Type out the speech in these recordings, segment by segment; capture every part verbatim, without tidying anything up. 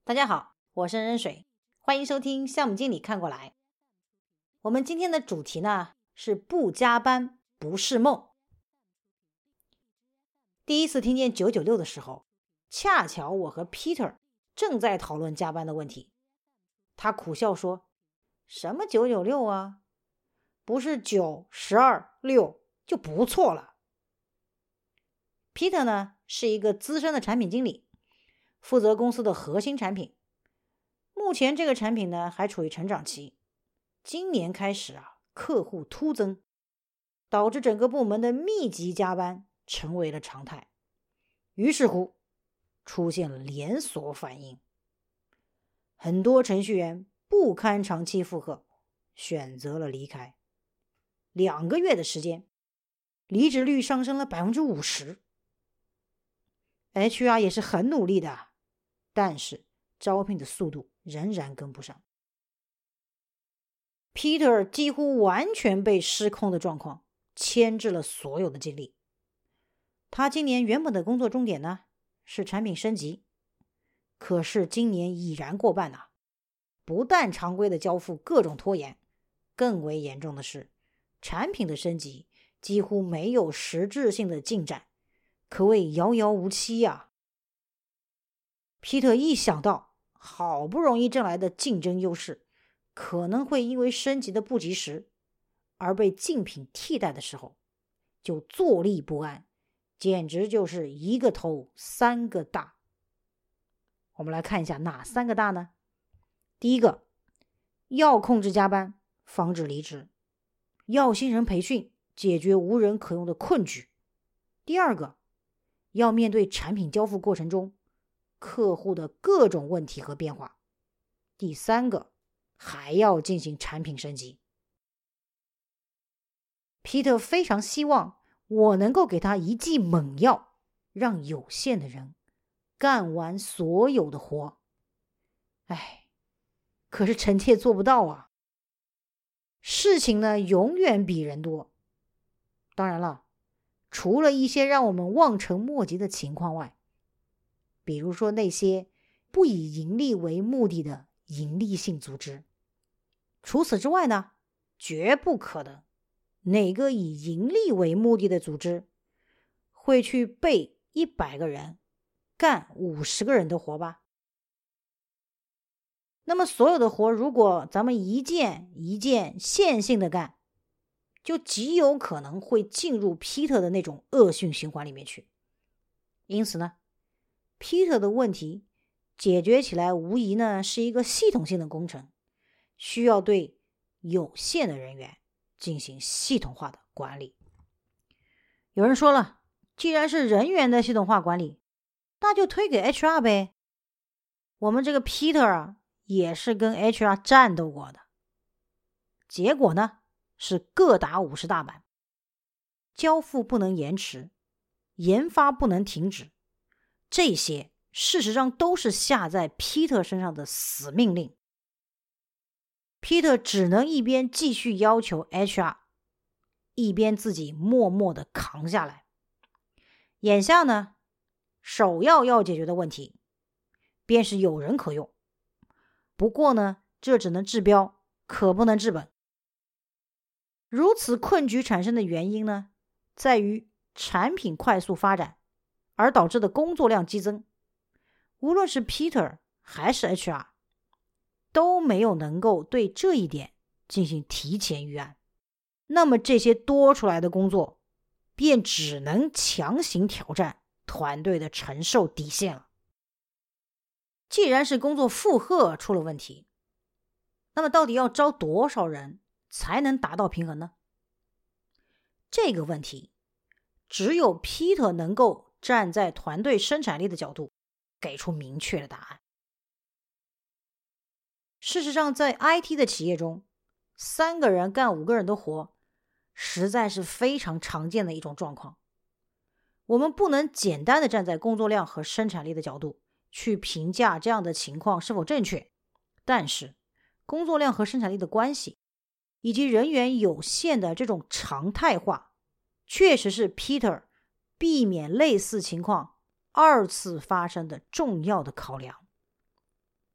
大家好，我是任任水，欢迎收听项目经理看过来。我们今天的主题呢是不加班不是梦。第一次听见九九六的时候，恰巧我和 Peter 正在讨论加班的问题。他苦笑说，什么九九六啊，不是九、十二、六就不错了。Peter 呢是一个资深的产品经理，负责公司的核心产品。目前这个产品呢还处于成长期，今年开始啊，客户突增，导致整个部门的密集加班成为了常态。于是乎，出现了连锁反应，很多程序员不堪长期负荷，选择了离开。两个月的时间，离职率上升了 百分之五十。H R 也是很努力的，但是招聘的速度仍然跟不上。Peter 几乎完全被失控的状况牵制了所有的精力。他今年原本的工作重点呢是产品升级，可是今年已然过半了，不但常规的交付各种拖延，更为严重的是产品的升级几乎没有实质性的进展，可谓遥遥无期呀。皮特一想到好不容易挣来的竞争优势可能会因为升级的不及时而被竞品替代的时候，就坐立不安，简直就是一个头三个大。我们来看一下哪三个大呢？第一个，要控制加班，防止离职；要新人培训，解决无人可用的困局。第二个，要面对产品交付过程中客户的各种问题和变化。第三个，还要进行产品升级。皮特非常希望我能够给他一剂猛药，让有限的人干完所有的活。哎，可是臣妾做不到啊。事情呢，永远比人多。当然了，除了一些让我们望尘莫及的情况外，比如说那些不以盈利为目的的盈利性组织，除此之外呢，绝不可能哪个以盈利为目的的组织会去被一百个人干五十个人的活吧。那么所有的活如果咱们一件一件线性的干，就极有可能会进入 Peter 的那种恶性循环里面去。因此呢，Peter 的问题解决起来无疑呢是一个系统性的工程，需要对有限的人员进行系统化的管理。有人说了，既然是人员的系统化管理，那就推给 H R 呗。我们这个 Peter 啊，也是跟 H R 战斗过的，结果呢是各打五十大板。交付不能延迟，研发不能停止，这些事实上都是下在 Peter 身上的死命令。Peter 只能一边继续要求 H R， 一边自己默默地扛下来。眼下呢，首要要解决的问题便是有人可用。不过呢，这只能治标，可不能治本。如此困局产生的原因呢，在于产品快速发展而导致的工作量激增。无论是 Peter 还是 H R， 都没有能够对这一点进行提前预案。那么这些多出来的工作便只能强行挑战团队的承受底线了。既然是工作负荷出了问题，那么到底要招多少人才能达到平衡呢？这个问题只有 Peter 能够站在团队生产力的角度给出明确的答案。事实上，在 I T 的企业中，三个人干五个人的活实在是非常常见的一种状况。我们不能简单的站在工作量和生产力的角度去评价这样的情况是否正确，但是工作量和生产力的关系以及人员有限的这种常态化，确实是 Peter 避免类似情况二次发生的重要的考量。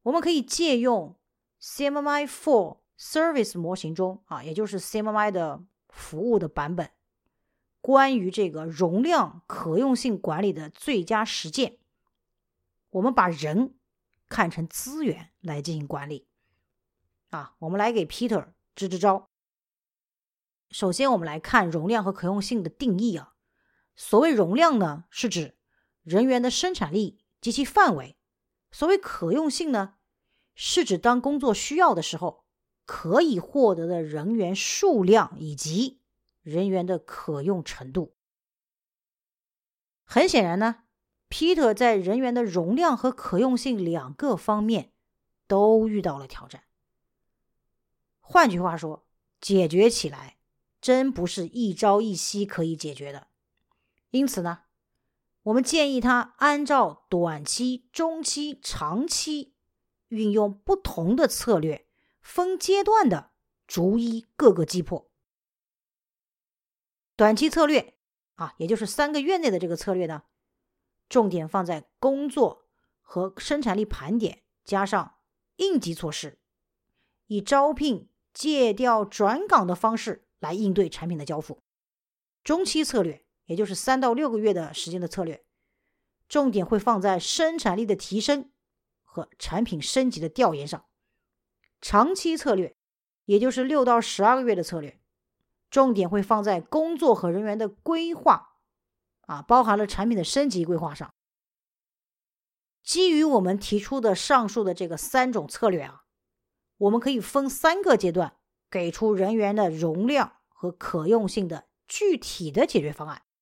我们可以借用 C M M I 四 Service 模型中啊，也就是 C M M I 的服务的版本，关于这个容量可用性管理的最佳实践。我们把人看成资源来进行管理啊，我们来给 Peter 支支招。首先我们来看容量和可用性的定义啊。所谓容量呢，是指人员的生产力及其范围。所谓可用性呢，是指当工作需要的时候，可以获得的人员数量以及人员的可用程度。很显然呢， Peter 在人员的容量和可用性两个方面都遇到了挑战。换句话说，解决起来真不是一朝一夕可以解决的。因此呢，我们建议他按照短期、中期、长期运用不同的策略，分阶段的逐一各个击破。短期策略啊，也就是三个月内的这个策略呢，重点放在工作和生产力盘点，加上应急措施，以招聘、借调、转岗的方式来应对产品的交付。中期策略，也就是三到六个月的时间的策略，重点会放在生产力的提升和产品升级的调研上。长期策略，也就是六到十二个月的策略，重点会放在工作和人员的规划啊，包含了产品的升级规划上。基于我们提出的上述的这个三种策略啊，我们可以分三个阶段给出人员的容量和可用性的具体的解决方案。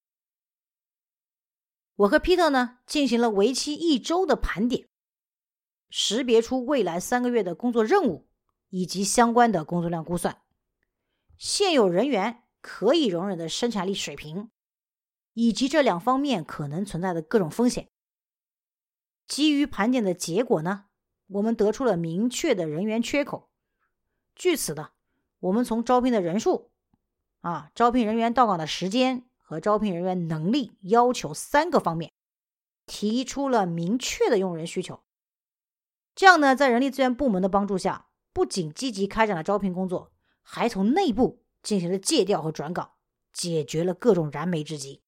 我和 Peter 呢进行了为期一周的盘点，识别出未来三个月的工作任务以及相关的工作量估算，现有人员可以容忍的生产力水平，以及这两方面可能存在的各种风险。基于盘点的结果呢，我们得出了明确的人员缺口。据此呢，我们从招聘的人数啊、招聘人员到岗的时间和招聘人员能力要求三个方面，提出了明确的用人需求。这样呢，在人力资源部门的帮助下，不仅积极开展了招聘工作，还从内部进行了借调和转岗，解决了各种燃眉之急。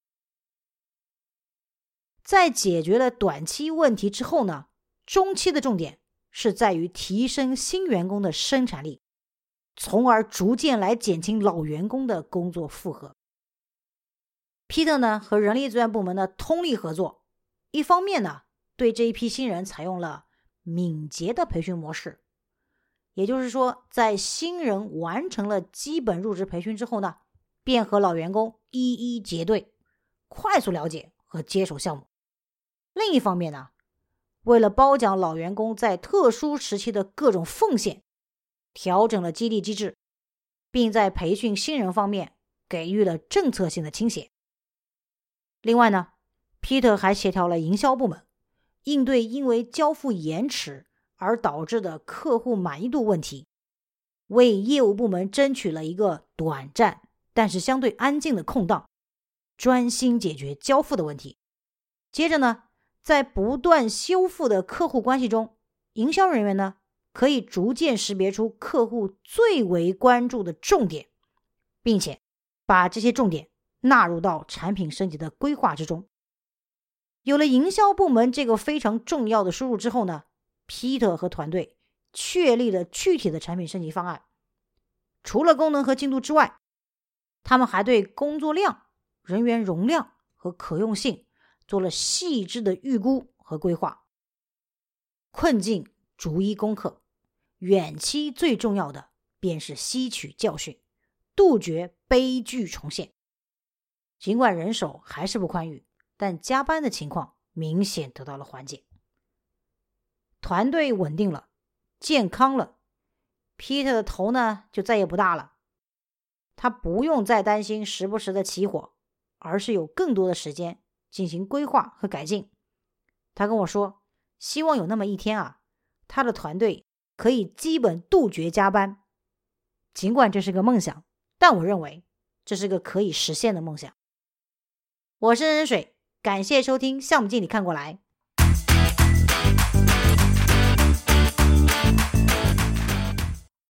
在解决了短期问题之后呢，中期的重点是在于提升新员工的生产力，从而逐渐来减轻老员工的工作负荷。Peter 呢和人力资源部门的通力合作，一方面呢对这一批新人采用了敏捷的培训模式，也就是说，在新人完成了基本入职培训之后呢，便和老员工一一结对，快速了解和接手项目。另一方面呢，为了褒奖老员工在特殊时期的各种奉献，调整了激励机制，并在培训新人方面给予了政策性的倾斜。另外呢， Peter 还协调了营销部门，应对因为交付延迟而导致的客户满意度问题，为业务部门争取了一个短暂但是相对安静的空档，专心解决交付的问题。接着呢，在不断修复的客户关系中，营销人员呢可以逐渐识别出客户最为关注的重点，并且把这些重点纳入到产品升级的规划之中。有了营销部门这个非常重要的输入之后呢， Peter 和团队确立了具体的产品升级方案。除了功能和进度之外，他们还对工作量、人员容量和可用性做了细致的预估和规划。困境逐一攻克，远期最重要的便是吸取教训，杜绝悲剧重现。尽管人手还是不宽裕，但加班的情况明显得到了缓解。团队稳定了，健康了， Peter 的头呢就再也不大了。他不用再担心时不时的起火，而是有更多的时间进行规划和改进。他跟我说，希望有那么一天啊，他的团队可以基本杜绝加班。尽管这是个梦想，但我认为这是个可以实现的梦想。我是任水，感谢收听项目经理看过来。